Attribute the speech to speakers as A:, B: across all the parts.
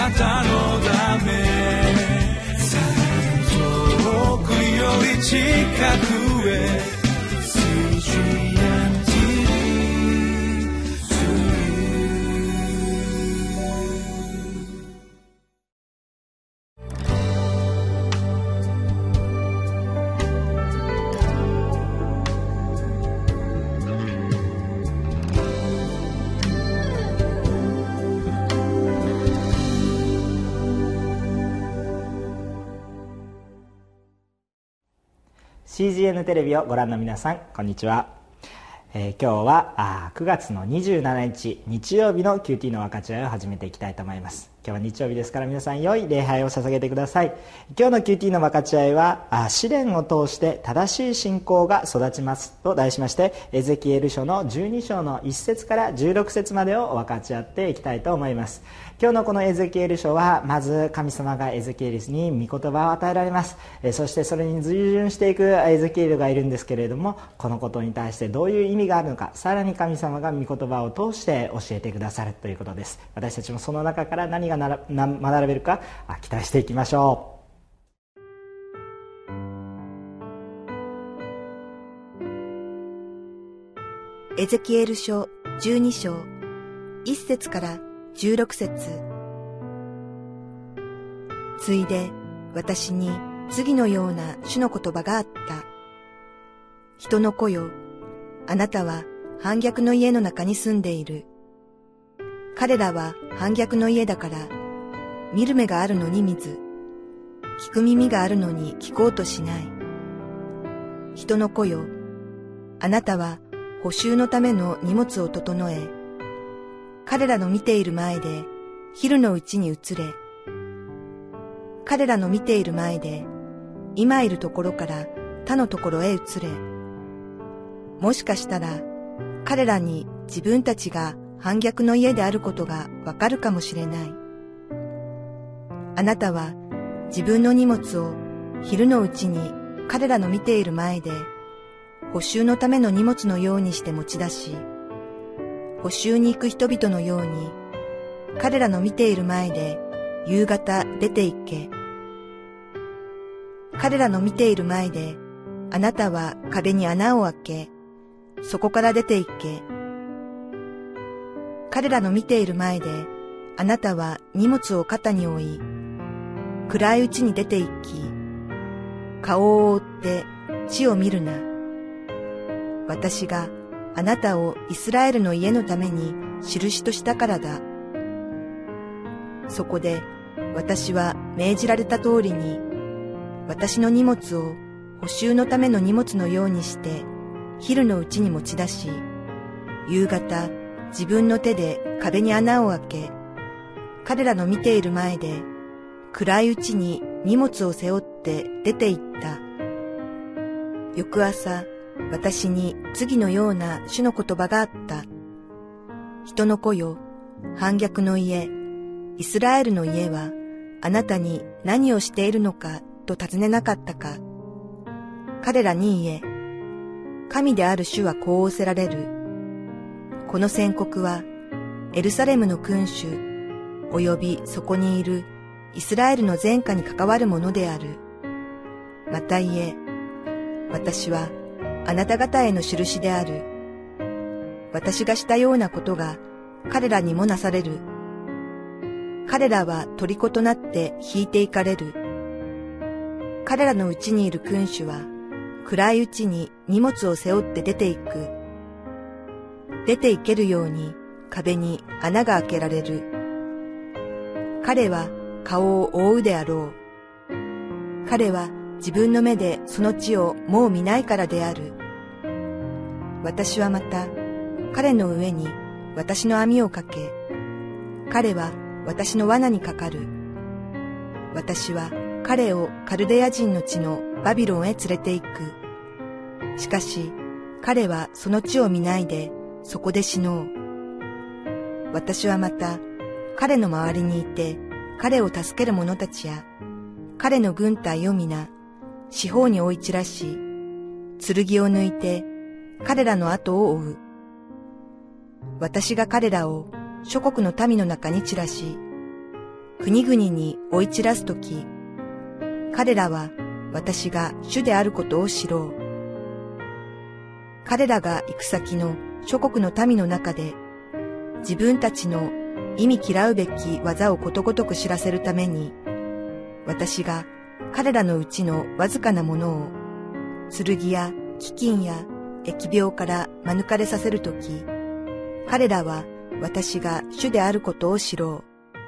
A: なたのため、遠くより近くへ
B: CGN テレビをご覧の皆さん、こんにちは。今日は9月の27日日曜日の QT の分かち合いを始めていきたいと思います。今日は日曜日ですから、皆さん良い礼拝を捧げてください。今日の QT の分かち合いは試練を通して正しい信仰が育ちますと題しまして、エゼキエル書の12章の1節から16節までを分かち合っていきたいと思います。今日のこのエゼキエル書は、まず神様がエゼキエルに御言葉を与えられます。そしてそれに随順していくエゼキエルがいるんですけれども、このことに対してどういう意味があるのか、さらに神様が御言葉を通して教えてくださるということです。私たちもその中から何が学べるか期待していきましょ
C: う。エゼキエル書12章1節から16節。ついで私に次のような主の言葉があった。人の子よ、あなたは反逆の家の中に住んでいる。彼らは反逆の家だから、見る目があるのに見ず、聞く耳があるのに聞こうとしない。人の子よ、あなたは補修のための荷物を整え、彼らの見ている前で昼のうちに移れ。彼らの見ている前で、今いるところから他のところへ移れ。もしかしたら彼らに自分たちが反逆の家であることがわかるかもしれない。あなたは自分の荷物を昼のうちに彼らの見ている前で補修のための荷物のようにして持ち出し、補修に行く人々のように彼らの見ている前で夕方出て行け。彼らの見ている前であなたは壁に穴を開け、そこから出て行け。彼らの見ている前であなたは荷物を肩に負い、暗いうちに出て行き、顔を覆って地を見るな。私があなたをイスラエルの家のために印としたからだ。そこで私は命じられた通りに、私の荷物を補修のための荷物のようにして昼のうちに持ち出し、夕方自分の手で壁に穴を開け、彼らの見ている前で暗いうちに荷物を背負って出て行った。翌朝、私に次のような主の言葉があった。人の子よ、反逆の家、イスラエルの家はあなたに何をしているのかと尋ねなかったか。彼らに言え、神である主はこう仰せられる。この宣告はエルサレムの君主およびそこにいるイスラエルの全家に関わるものである。また言え、私はあなた方への印である。私がしたようなことが彼らにもなされる。彼らは虜となって引いていかれる。彼らのうちにいる君主は暗いうちに荷物を背負って出ていく。出て行けるように壁に穴が開けられる。彼は顔を覆うであろう。彼は自分の目でその地をもう見ないからである。私はまた彼の上に私の網をかけ、彼は私の罠にかかる。私は彼をカルデヤ人の地のバビロンへ連れて行く。しかし彼はその地を見ないでそこで死のう。私はまた彼の周りにいて彼を助ける者たちや彼の軍隊を皆四方に追い散らし、剣を抜いて彼らの後を追う。私が彼らを諸国の民の中に散らし、 国々に追い散らすとき、彼らは私が主であることを知ろう。彼らが行く先の諸国の民の中で、自分たちの忌み嫌うべき技をことごとく知らせるために、私が彼らのうちのわずかなものを、剣や飢饉や疫病から免れさせるとき、彼らは私が主であることを知ろう。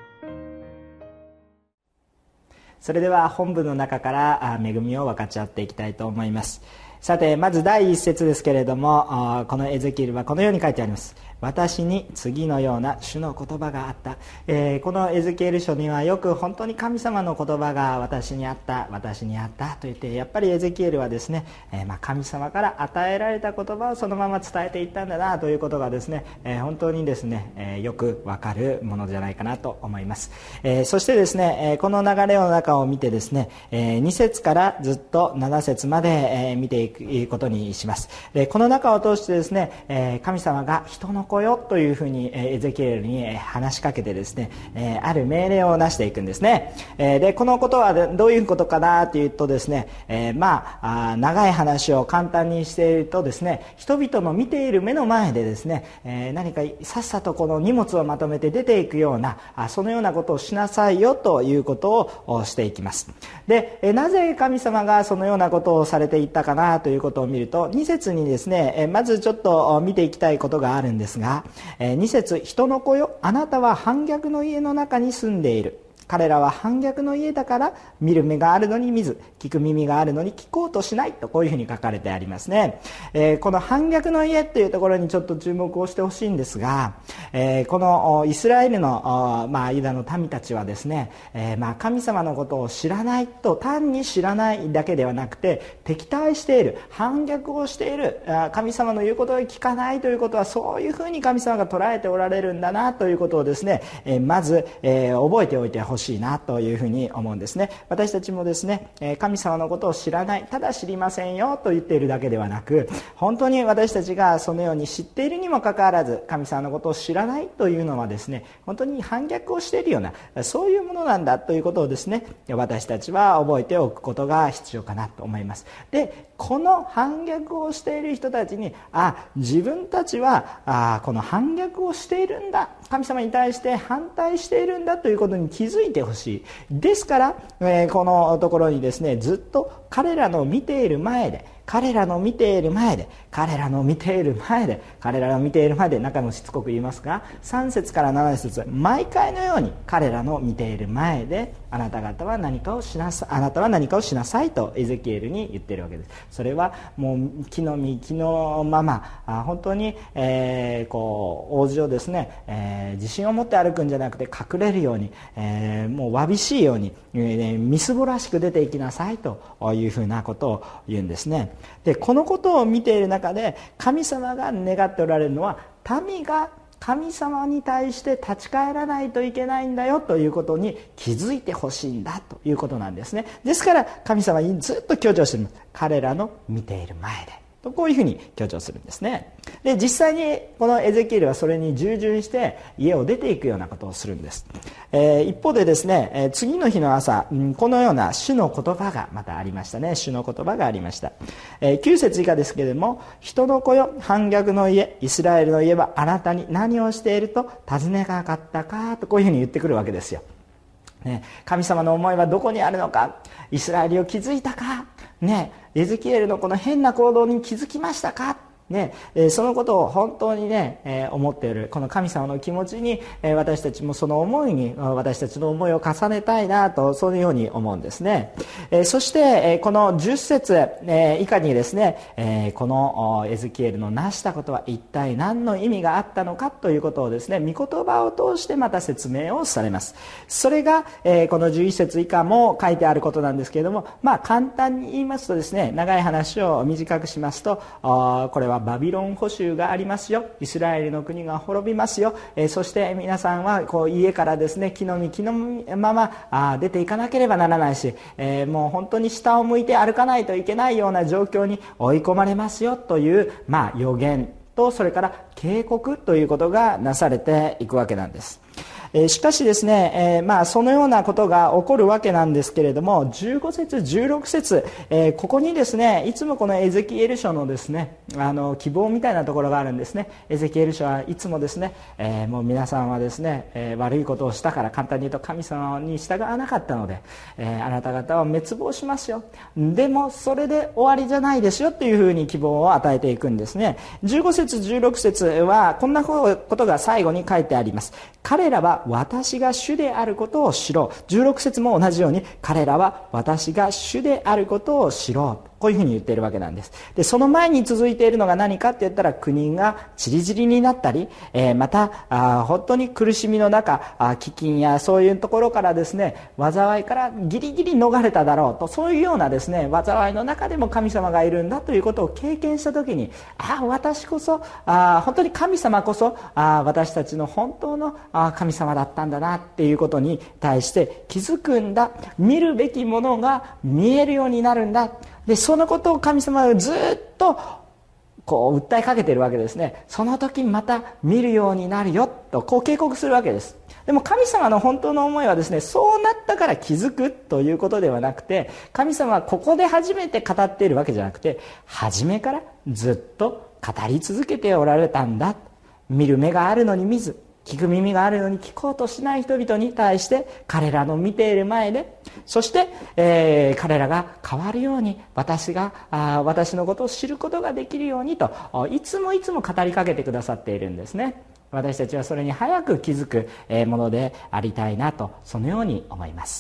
B: それでは本文の中から恵みを分かち合っていきたいと思います。さて、まず第一節ですけれども、このエゼキエルはこのように書いてあります。私に次のような主の言葉があった。このエゼキエル書にはよく本当に神様の言葉が私にあったと言って、やっぱりエゼキエルはですね、神様から与えられた言葉をそのまま伝えていったんだなということがですね、本当にですね、よくわかるものじゃないかなと思います。そしてですね、この流れの中を見てですね、2節からずっと7節まで見ていくことにします。で、この中を通してですね、神様が人の子よというふうにエゼキエルに話しかけてですね、ある命令をなしていくんですね。で、このことはどういうことかなというとですね、長い話を簡単にしているとですね、人々の見ている目の前でですね、何かさっさとこの荷物をまとめて出ていくような、そのようなことをしなさいよということをしていきます。で、なぜ神様がそのようなことをされていったかなということを見ると、2節にですね、まずちょっと見ていきたいことがあるんですが、2節、人の子よ、あなたは反逆の家の中に住んでいる。彼らは反逆の家だから見る目があるのに見ず、聞く耳があるのに聞こうとしないと、こういうふうに書かれてありますね。この反逆の家っていうところにちょっと注目をしてほしいんですが、このイスラエルの、ユダの民たちはですね、神様のことを知らないと、単に知らないだけではなくて敵対している、反逆をしている、神様の言うことを聞かないということは、そういうふうに神様が捉えておられるんだなということをですね、まず、覚えておいてほしいなというふうに思うんですね。私たちもですね、神様のことを知らない、ただ知りませんよと言っているだけではなく、本当に私たちがそのように知っているにもかかわらず神様のことを知らないというのはですね、本当に反逆をしているような、そういうものなんだということをですね、私たちは覚えておくことが必要かなと思います。で、この反逆をしている人たちに、自分たちはこの反逆をしているんだ、神様に対して反対しているんだということに気づいてほしい。ですから、このところにですね、ずっと彼らの見ている前で、彼らの見ている前で、彼らの見ている前で、彼らの見ている前で、中もしつこく言いますが、3節から7節、毎回のように彼らの見ている前で、あなたは何かをしなさいとエゼキエルに言っているわけです。それはもう気の身気のまま、本当に、王子をですね、自信を持って歩くんじゃなくて隠れるように、もうわびしいように、みすぼらしく出ていきなさいというふうなことを言うんですね。で、このことを見ている中で神様が願っておられるのは、民が神様に対して立ち返らないといけないんだよということに気づいてほしいんだということなんですね。ですから神様にずっと強調しています。彼らの見ている前でと、こういうふうに強調するんですね。で、実際にこのエゼキエルはそれに従順して家を出ていくようなことをするんです。一方でですね、次の日の朝、このような主の言葉がまたありましたね。主の言葉がありました。9節以下ですけれども、人の子よ、反逆の家、イスラエルの家はあなたに何をしていると尋ねがかったかと、こういうふうに言ってくるわけですよ。神様の思いはどこにあるのか、イスラエルを気づいたか、エゼキエルのこの変な行動に気づきましたか、そのことを本当に思っているこの神様の気持ちに、私たちもその思いに私たちの思いを重ねたいなと、そういうように思うんですね。そして、この10節以下にですね、このエゼキエルの成したことは一体何の意味があったのかということをですね、御言葉を通してまた説明をされます。それが、この11節以下も書いてあることなんですけれども、簡単に言いますとですね、長い話を短くしますと、これはバビロン捕囚がありますよ、イスラエルの国が滅びますよ、そして皆さんはこう家からですね、気の身気のまま出ていかなければならないし、もう本当に下を向いて歩かないといけないような状況に追い込まれますよという、予言と、それから警告ということがなされていくわけなんです。 しかしですね、そのようなことが起こるわけなんですけれども、15節16節、ここにですね、いつもこのエゼキエル書のですね、希望みたいなところがあるんですね。エゼキエル書はいつもですね、もう皆さんはですね、悪いことをしたから、簡単に言うと神様に従わなかったので、あなた方は滅亡しますよ、でもそれで終わりじゃないですよというふうに希望を与えていくんですね。15節16節はこんなことが最後に書いてあります。彼らは私が主であることを知ろう。16節も同じように、彼らは私が主であることを知ろう、こういうふうに言っているわけなんです。でその前に続いているのが何かって言ったら、国が散り散りになったり、また本当に苦しみの中、飢饉やそういうところからですね、災いからギリギリ逃れただろうと、そういうようなですね、災いの中でも神様がいるんだということを経験した時に、私こそ本当に神様こそ私たちの本当の神様だったんだなっていうことに対して気づくんだ。見るべきものが見えるようになるんだ。でそのことを神様がずっとこう訴えかけているわけですね。その時また見るようになるよとこう警告するわけです。でも神様の本当の思いはですね、そうなったから気づくということではなくて、神様はここで初めて語っているわけじゃなくて、初めからずっと語り続けておられたんだ。見る目があるのに見ず、聞く耳があるのに聞こうとしない人々に対して、彼らの見ている前で、そして、彼らが変わるように、私のことを知ることができるようにといつも語りかけてくださっているんですね。私たちはそれに早く気づくものでありたいなと、そのように思います。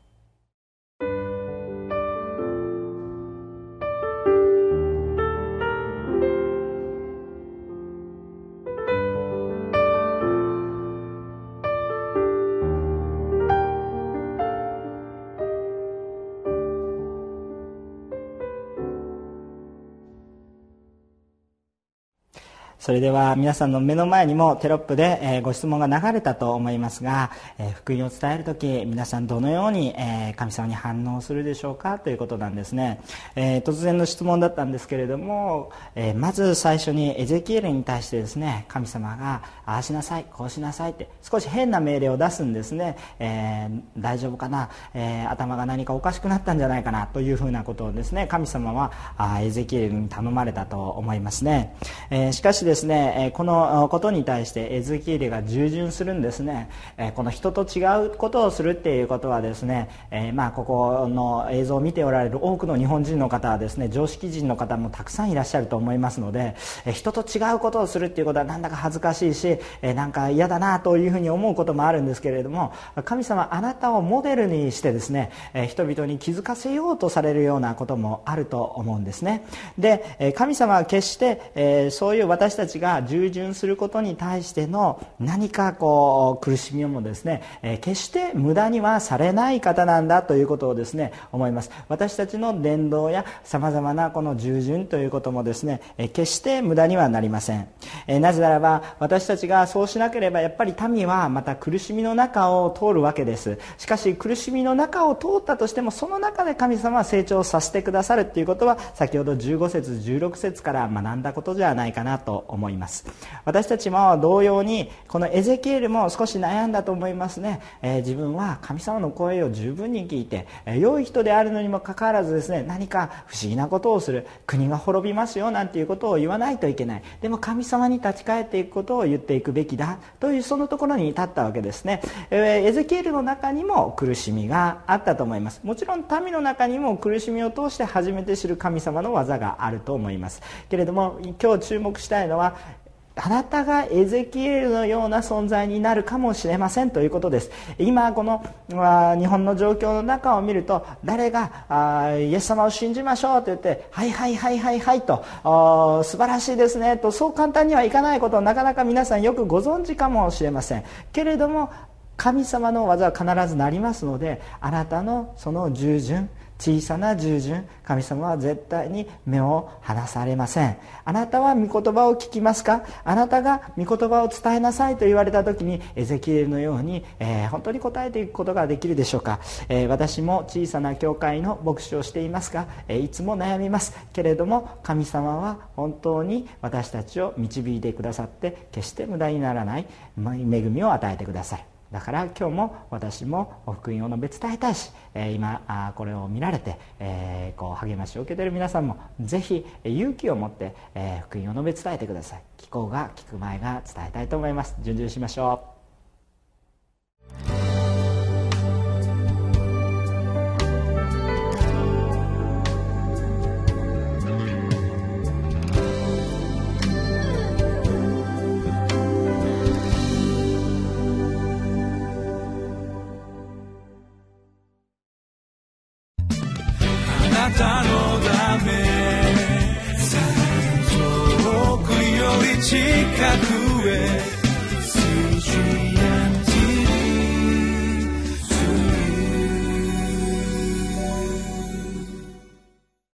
B: それでは皆さんの目の前にもテロップでご質問が流れたと思いますが、福音を伝えるとき皆さんどのように神様に反応するでしょうかということなんですね。突然の質問だったんですけれども、まず最初にエゼキエルに対してですね、神様がああしなさいこうしなさいって少し変な命令を出すんですね。大丈夫かな、頭が何かおかしくなったんじゃないかなというふうなことをですね、神様はエゼキエルに頼まれたと思いますね。しかしですね、このことに対してエゼキエルが従順するんですね。この人と違うことをするっていうことはですね、ここの映像を見ておられる多くの日本人の方はですね、常識人の方もたくさんいらっしゃると思いますので、人と違うことをするっていうことはなんだか恥ずかしいし、なんか嫌だなというふうに思うこともあるんですけれども、神様あなたをモデルにしてですね、人々に気づかせようとされるようなこともあると思うんですね。で神様は決して、そういう私たちが従順することに対しての何かこう苦しみもですね、決して無駄にはされない方なんだということをですね思います。私たちの伝道やさまざまなこの従順ということもですね、決して無駄にはなりません。なぜならば私たちがそうしなければやっぱり民はまた苦しみの中を通るわけです。しかし苦しみの中を通ったとしても、その中で神様は成長させてくださるということは、先ほど15節16節から学んだことじゃないかなと思います。私たちも同様にこのエゼキエルも少し悩んだと思いますね。自分は神様の声を十分に聞いて、良い人であるのにもかかわらずですね、何か不思議なことをする、国が滅びますよなんていうことを言わないといけない。でも神様に立ち返っていくことを言っていくべきだという、そのところに至ったわけですね。エゼキエルの中にも苦しみがあったと思います。もちろん民の中にも苦しみを通して初めて知る神様の技があると思いますけれども、今日注目したいのは、あなたがエゼキエルのような存在になるかもしれませんということです。今この日本の状況の中を見ると、誰がイエス様を信じましょうと言ってはいはいはいはいはいと素晴らしいですねと、そう簡単にはいかないことをなかなか皆さんよくご存知かもしれませんけれども、神様の技は必ずなりますので、あなたのその従順、小さな従順、神様は絶対に目を離されません。あなたは御言葉を聞きますか？あなたが御言葉を伝えなさいと言われた時に、エゼキエルのように、本当に答えていくことができるでしょうか？私も小さな教会の牧師をしていますが、いつも悩みますけれども、神様は本当に私たちを導いてくださって、決して無駄にならない恵みを与えてください。 だから今日も私も福音を述べ伝えたいし、今これを見られて、こう励ましを受けている皆さんもぜひ勇気を持って、福音を述べ伝えてください。聞こうが聞く前が伝えたいと思います。順々しましょう。
A: あなたのため遠くより近く